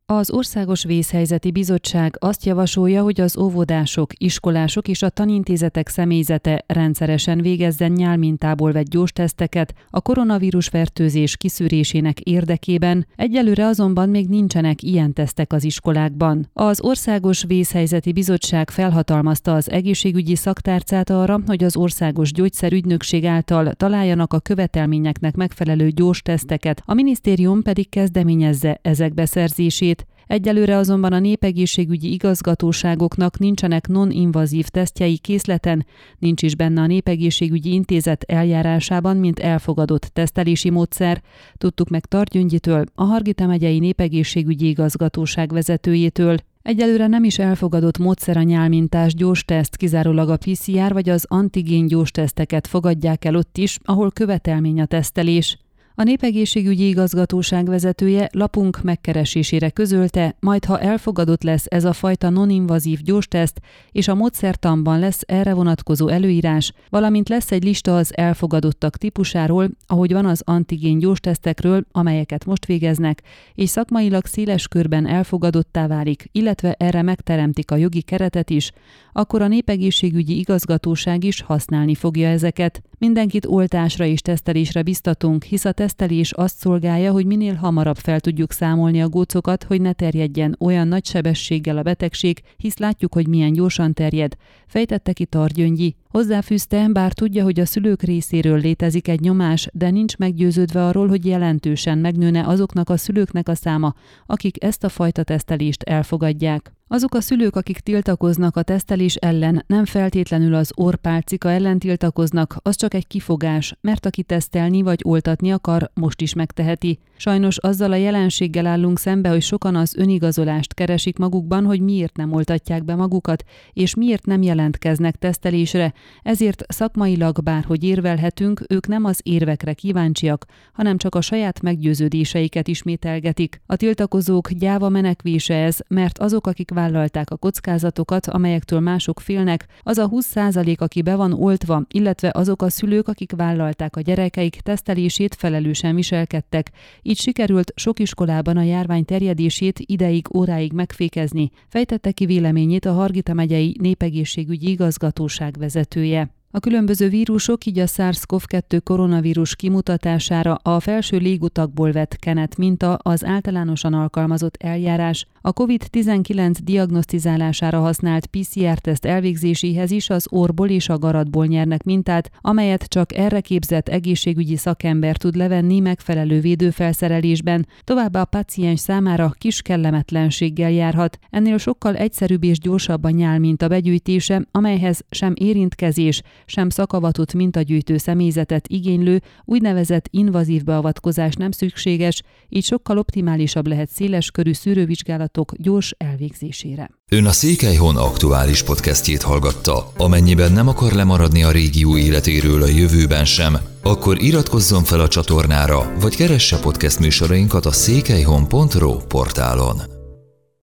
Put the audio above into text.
Az Országos Vészhelyzeti Bizottság azt javasolja, hogy az óvodások, iskolások és a tanintézetek személyzete rendszeresen végezzen nyálmintából vett gyógyteszteket a koronavírus fertőzés kiszűrésének érdekében, egyelőre azonban még nincsenek ilyen tesztek az iskolákban. Az Országos Vészhelyzeti Bizottság felhatalmazta az egészségügyi szaktárcát arra, hogy az Országos Gyógyszerügynökség által találjanak a követelményeknek megfelelő gyógyteszteket, a minisztérium pedig kezdeményezze ezek beszerzését. Egyelőre azonban a népegészségügyi igazgatóságoknak nincsenek non-invazív tesztjei készleten, nincs is benne a Népegészségügyi Intézet eljárásában, mint elfogadott tesztelési módszer. Tudtuk meg Tar Gyöngyitől, a Hargita megyei Népegészségügyi Igazgatóság vezetőjétől. Egyelőre nem is elfogadott módszer a nyálmintás gyógyteszt, kizárólag a PCR vagy az antigén gyógyteszteket fogadják el ott is, ahol követelmény a tesztelés. A Népegészségügyi Igazgatóság vezetője lapunk megkeresésére közölte, majd ha elfogadott lesz ez a fajta non-invazív gyógyteszt, és a módszertanban lesz erre vonatkozó előírás, valamint lesz egy lista az elfogadottak típusáról, ahogy van az antigén gyógytesztekről, amelyeket most végeznek, és szakmailag széles körben elfogadottá válik, illetve erre megteremtik a jogi keretet is, akkor a Népegészségügyi Igazgatóság is használni fogja ezeket. Mindenkit oltásra és tesztelésre biztatunk, hisz a tesztelés azt szolgálja, hogy minél hamarabb fel tudjuk számolni a gócokat, hogy ne terjedjen olyan nagy sebességgel a betegség, hisz látjuk, hogy milyen gyorsan terjed, fejtette ki Tar Gyöngyi. Hozzáfűzte, bár tudja, hogy a szülők részéről létezik egy nyomás, de nincs meggyőződve arról, hogy jelentősen megnőne azoknak a szülőknek a száma, akik ezt a fajta tesztelést elfogadják. Azok a szülők, akik tiltakoznak a tesztelés ellen, nem feltétlenül az orrpálcika ellen tiltakoznak, az csak egy kifogás, mert aki tesztelni vagy oltatni akar, most is megteheti. Sajnos azzal a jelenséggel állunk szembe, hogy sokan az önigazolást keresik magukban, hogy miért nem oltatják be magukat, és miért nem jelentkeznek tesztelésre, ezért szakmailag bárhogy érvelhetünk, ők nem az érvekre kíváncsiak, hanem csak a saját meggyőződéseiket ismételgetik. A tiltakozók gyáva menekvése ez, mert azok, akik vállalták a kockázatokat, amelyektől mások félnek, az a 20%, aki be van oltva, illetve azok a szülők, akik vállalták a gyerekeik tesztelését, felelősen viselkedtek. Így sikerült sok iskolában a járvány terjedését ideig, óráig megfékezni, fejtette ki véleményét a Hargita megyei Népegészségügyi Igazgatóság vezetője. A különböző vírusok, így a SARS-CoV-2 koronavírus kimutatására a felső légutakból vett kenet minta az általánosan alkalmazott eljárás, a COVID-19 diagnosztizálására használt PCR-teszt elvégzéséhez is az orrból és a garatból nyernek mintát, amelyet csak erre képzett egészségügyi szakember tud levenni megfelelő védőfelszerelésben, továbbá a páciens számára kis kellemetlenséggel járhat. Ennél sokkal egyszerűbb és gyorsabb a nyálminta begyűjtése, amelyhez sem érintkezés, sem szakavatott mintagyűjtő személyzetet igénylő, úgynevezett invazív beavatkozás nem szükséges, így sokkal optimálisabb lehet széleskörű szűrővizsgálatok gyors elvégzésére. Ön a Székelyhon aktuális podcastjét hallgatta. Amennyiben nem akar lemaradni a régió életéről a jövőben sem, akkor iratkozzon fel a csatornára, vagy keresse podcast műsorainkat a székelyhon.ro portálon.